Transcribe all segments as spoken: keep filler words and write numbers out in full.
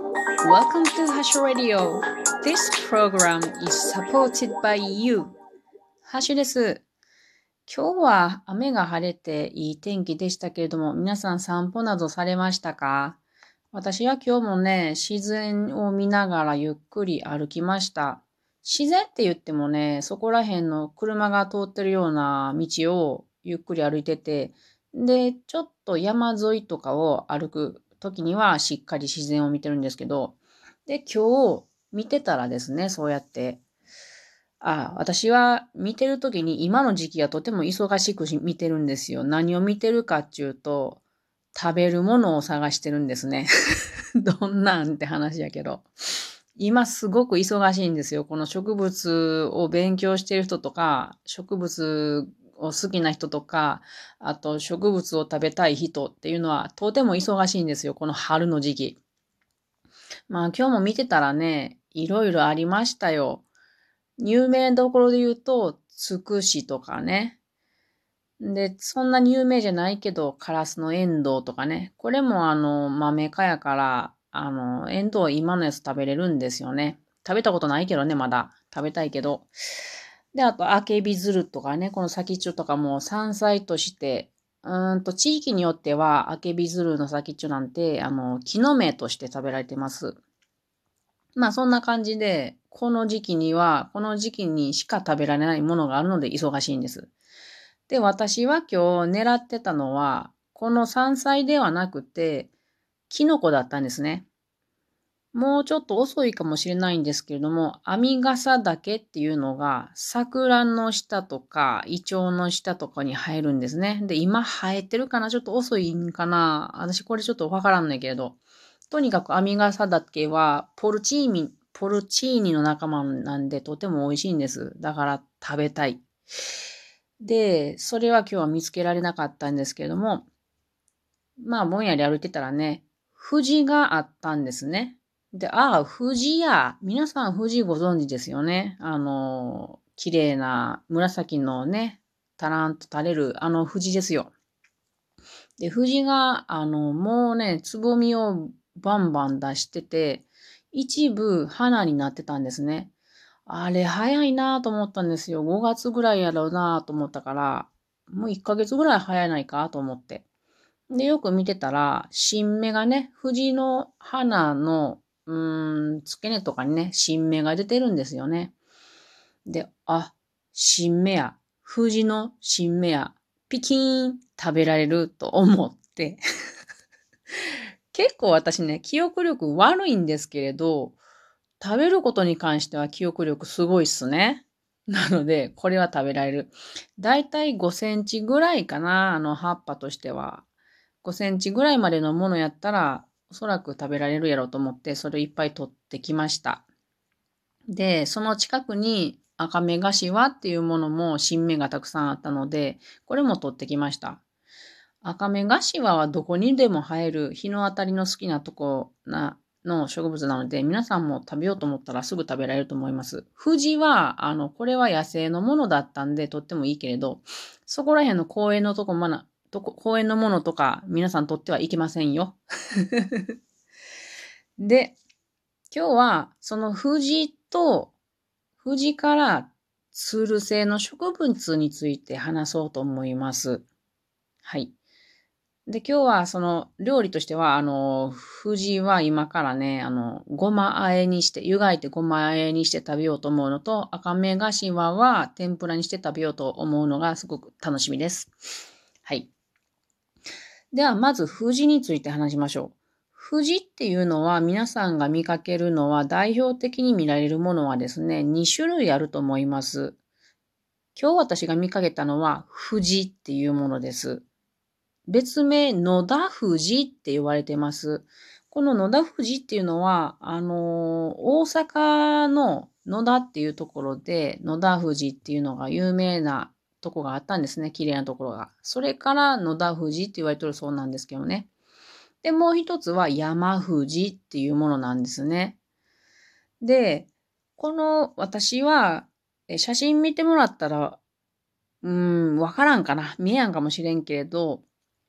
Welcome to Hash Radio. This program is supported by you. ハッシュです。今日は雨が晴れていい天気でしたけれども、皆さん散歩などされましたか？私は今日もね、自然を見ながらゆっくり歩きました。自然って言ってもね、そこら辺の車が通ってるような道をゆっくり歩いてて、で、ちょっと山沿いとかを歩く時にはしっかり自然を見てるんですけど、で、今日見てたらですね、そうやって、あ、私は見てる時に今の時期はとても忙しく見てるんですよ。何を見てるかっていうと、食べるものを探してるんですね。どんなんって話やけど。今すごく忙しいんですよ。この植物を勉強してる人とか、植物を好きな人とか、あと植物を食べたい人っていうのはとても忙しいんですよ。この春の時期。まあ今日も見てたらね、いろいろありましたよ。有名なところで言うと、つくしとかね。で、そんなに有名じゃないけど、カラスのエンドウとかね。これもあの、豆科やから、あの、エンドウ今のやつ食べれるんですよね。食べたことないけどね、まだ。食べたいけど。で、あと、アケビズルとかね、この先っちょとかも山菜として、うーんと、地域によっては、アケビズルの先っちょなんて、あの、木の芽として食べられてます。まあ、そんな感じで、この時期には、この時期にしか食べられないものがあるので忙しいんです。で、私は今日狙ってたのは、この山菜ではなくて、キノコだったんですね。もうちょっと遅いかもしれないんですけれども、編み笠岳っていうのが、桜の下とか、イチョウの下とかに生えるんですね。で、今生えてるかな？ちょっと遅いんかな？私これちょっとわからんねんけれど。とにかく編み笠岳は、ポルチーニ、ポルチーニの仲間なんでとても美味しいんです。だから食べたい。で、それは今日は見つけられなかったんですけれども、まあ、ぼんやり歩いてたらね、藤があったんですね。で、ああ、藤や、皆さん藤ご存知ですよね。あの、綺麗な紫のね、たらんと垂れる、あの藤ですよ。で、藤が、あの、もうね、つぼみをバンバン出してて、一部花になってたんですね。あれ、早いなぁと思ったんですよ。ごがつぐらいやろうなぁと思ったから、もういっかげつぐらい早いないかと思って。で、よく見てたら、新芽がね、藤の花の、うーん、付け根とかにね、新芽が出てるんですよね。で、あ、新芽や、藤の新芽や、ピキーン食べられると思って、結構私ね、記憶力悪いんですけれど、食べることに関しては記憶力すごいっすね。なので、これは食べられる。だいたいごセンチぐらいかな、あの葉っぱとしては。ごセンチぐらいまでのものやったら、おそらく食べられるやろうと思って、それをいっぱい取ってきました。で、その近くに赤目がしわっていうものも新芽がたくさんあったので、これも取ってきました。赤目がしわはどこにでも生える日の当たりの好きなとこな、の植物なので、皆さんも食べようと思ったらすぐ食べられると思います。藤は、あの、これは野生のものだったんで、とってもいいけれど、そこら辺の公園のとこ、まな、とこ、公園のものとか、皆さんとってはいけませんよ。で、今日は、その藤と、藤からツル性の植物について話そうと思います。はい。で、今日はその料理としては、あの、藤は今からね、あの、ごま和えにして、湯がいてごま和えにして食べようと思うのと、赤目がしわは天ぷらにして食べようと思うのがすごく楽しみです。はい。では、まず藤について話しましょう。藤っていうのは皆さんが見かけるのは代表的に見られるものはですね、に種類あると思います。今日私が見かけたのは藤っていうものです。別名、野田富士って言われてます。この野田富士っていうのは、あのー大阪の野田っていうところで、野田富士っていうのが有名なとこがあったんですね。綺麗なところが。それから野田富士って言われてるそうなんですけどね。で、もう一つは山富士っていうものなんですね。で、この私は、え写真見てもらったら、うーん、わからんかな。見えやんかもしれんけれど、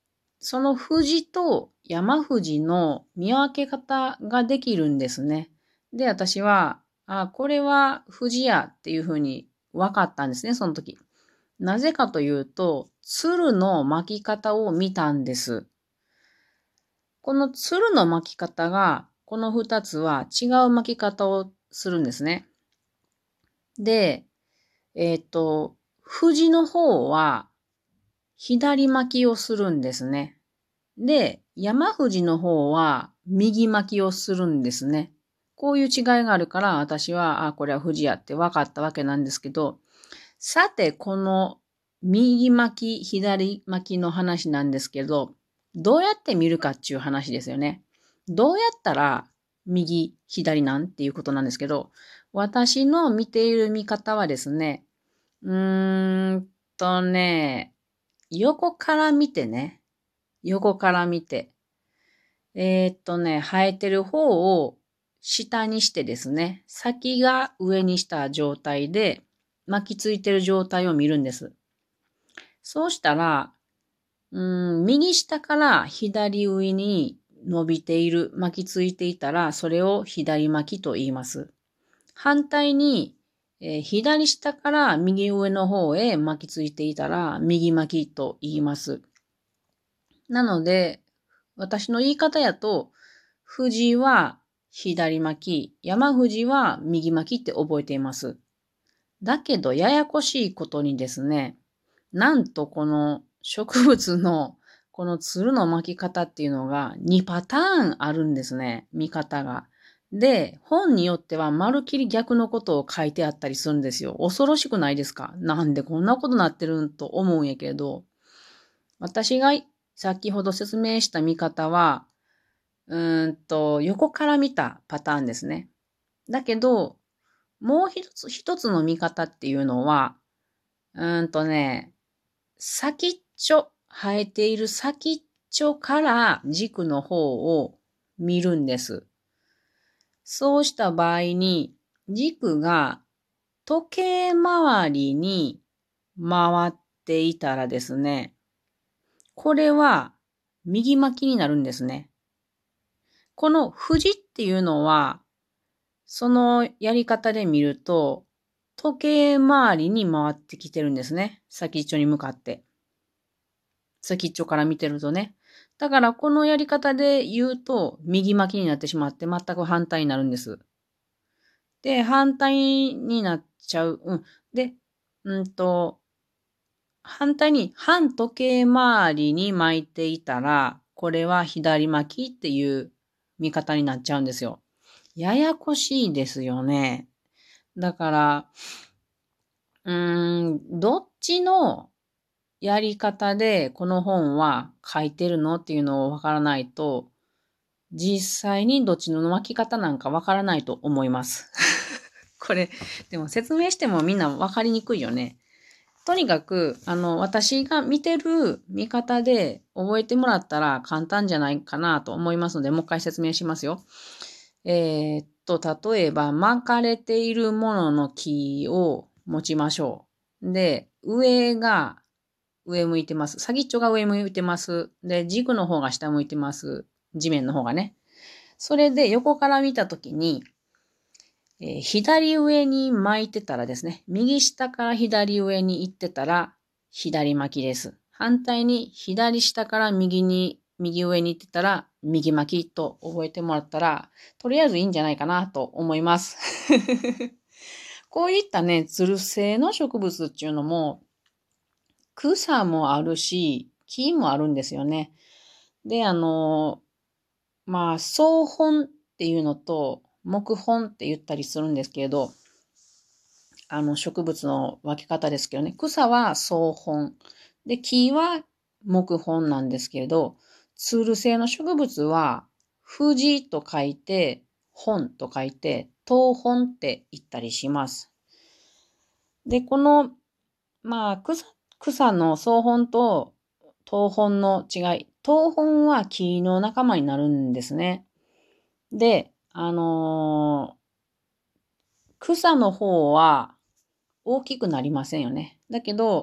その富士と山富士の見分け方ができるんですね。で、私は、あ、これは富士やっていうふうに分かったんですね、その時。なぜかというと、鶴の巻き方を見たんです。この鶴の巻き方が、この二つは違う巻き方をするんですね。で、えっと、富士の方は左巻きをするんですね。で、山富士の方は右巻きをするんですね。こういう違いがあるから私は、あ、これは富士やって分かったわけなんですけど、さて、この右巻き、左巻きの話なんですけど、どうやって見るかっていう話ですよね。どうやったら右、左なんっていうことなんですけど、私の見ている見方はですね、うーんとね、横から見てね、横から見て、えーっとね、生えてる方を下にしてですね、先が上にした状態で巻きついてる状態を見るんです。そうしたら、うーん、右下から左上に伸びている、巻きついていたら、それを左巻きと言います。反対に、えー左下から右上の方へ巻きついていたら、右巻きと言います。なので、私の言い方やと、富士は左巻き、山富士は右巻きって覚えています。だけど、ややこしいことにですね、なんとこの植物のこのつるの巻き方っていうのがにパターンあるんですね、見方が。で、本によってはまるっきり逆のことを書いてあったりするんですよ。恐ろしくないですか？なんでこんなことなってるんと思うんやけど、私が先ほど説明した見方は、うーんと、横から見たパターンですね。だけど、もう一つ、一つの見方っていうのは、うーんとね、先っちょ、生えている先っちょから軸の方を見るんです。そうした場合に、軸が時計回りに回っていたらですね、これは右巻きになるんですね。この富士っていうのは、そのやり方で見ると、時計回りに回ってきてるんですね。先っちょに向かって。先っちょから見てるとね。だからこのやり方で言うと、右巻きになってしまって全く反対になるんです。で、反対になっちゃう。うん。で、うんと、反対に反時計回りに巻いていたら、これは左巻きっていう見方になっちゃうんですよ。ややこしいですよね。だから、うーん、どっちのやり方でこの本は書いてるのっていうのをわからないと、実際にどっちの巻き方なんかわからないと思います。これ、でも説明してもみんなわかりにくいよね。とにかく、あの、私が見てる見方で覚えてもらったら簡単じゃないかなと思いますので、もう一回説明しますよ。えーっと、例えば、巻かれているものの木を持ちましょう。で、上が上向いてます。先っちょが上向いてます。で、軸の方が下向いてます。地面の方がね。それで横から見たときに、えー左上に巻いてたらですね、右下から左上に行ってたら、左巻きです。反対に左下から右に、右上に行ってたら、右巻きと覚えてもらったら、とりあえずいいんじゃないかなと思います。こういったね、つる性の植物っていうのも、草もあるし、木もあるんですよね。で、あの、まあ、草本っていうのと、木本って言ったりするんですけれど、あの植物の分け方ですけどね。草は草本。で、木は木本なんですけれど、ツール性の植物は、富士と書いて、本と書いて、東本って言ったりします。で、この、まあ、草、草の草本と東本の違い。東本は木の仲間になるんですね。で、あのー草の方は大きくなりませんよね。だけど、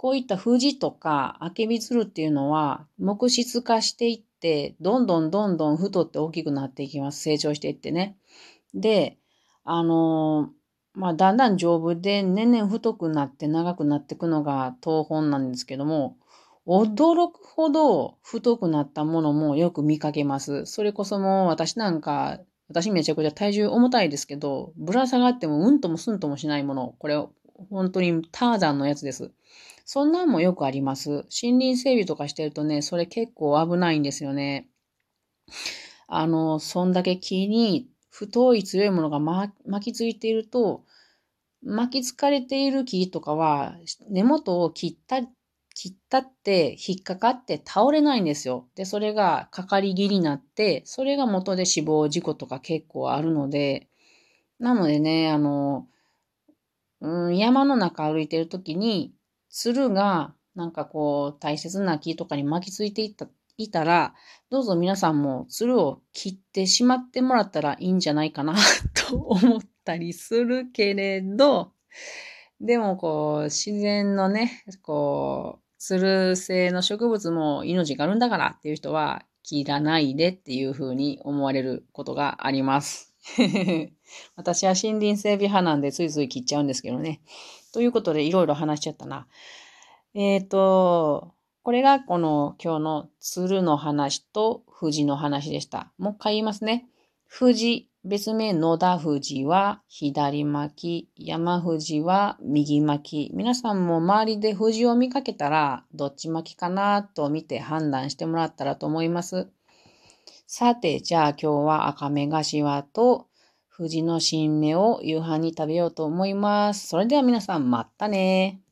こういったフジとかアケビツルっていうのは木質化していって、どんどんどんどん太って大きくなっていきます。成長していってね。で、あのーまあ、だんだん丈夫で年々太くなって長くなっていくのが東本なんですけども、驚くほど太くなったものもよく見かけます。それこそもう私なんか、私めちゃくちゃ体重重たいですけど、ぶら下がってもうんともすんともしないもの、これ本当にターザンのやつです。そんなんもよくあります。森林整備とかしてるとね、それ結構危ないんですよね。あの、そんだけ木に太い強いものがま巻きついていると、巻きつかれている木とかは、根元を切った、切ったって引っかかって倒れないんですよ。で、それがかかり木になって、それが元で死亡事故とか結構あるので、なのでね、あの、うん、山の中歩いてるときに、つるが、なんかこう、大切な木とかに巻きついていった、いたら、どうぞ皆さんもつるを切ってしまってもらったらいいんじゃないかなと思ったりするけれど、でもこう、自然のね、こう、つる性の植物も命があるんだからっていう人は、切らないでっていうふうに思われることがあります。私は森林整備派なんでついつい切っちゃうんですけどね。ということでいろいろ話しちゃったな。えっと、これがこの今日の鶴の話と富士の話でした。もう一回言いますね。富士、別名野田富士は左巻き、山富士は右巻き。皆さんも周りで富士を見かけたらどっち巻きかなと見て判断してもらったらと思います。さて、じゃあ今日は赤目頭と富士の新芽を夕飯に食べようと思います。それでは皆さんまたね。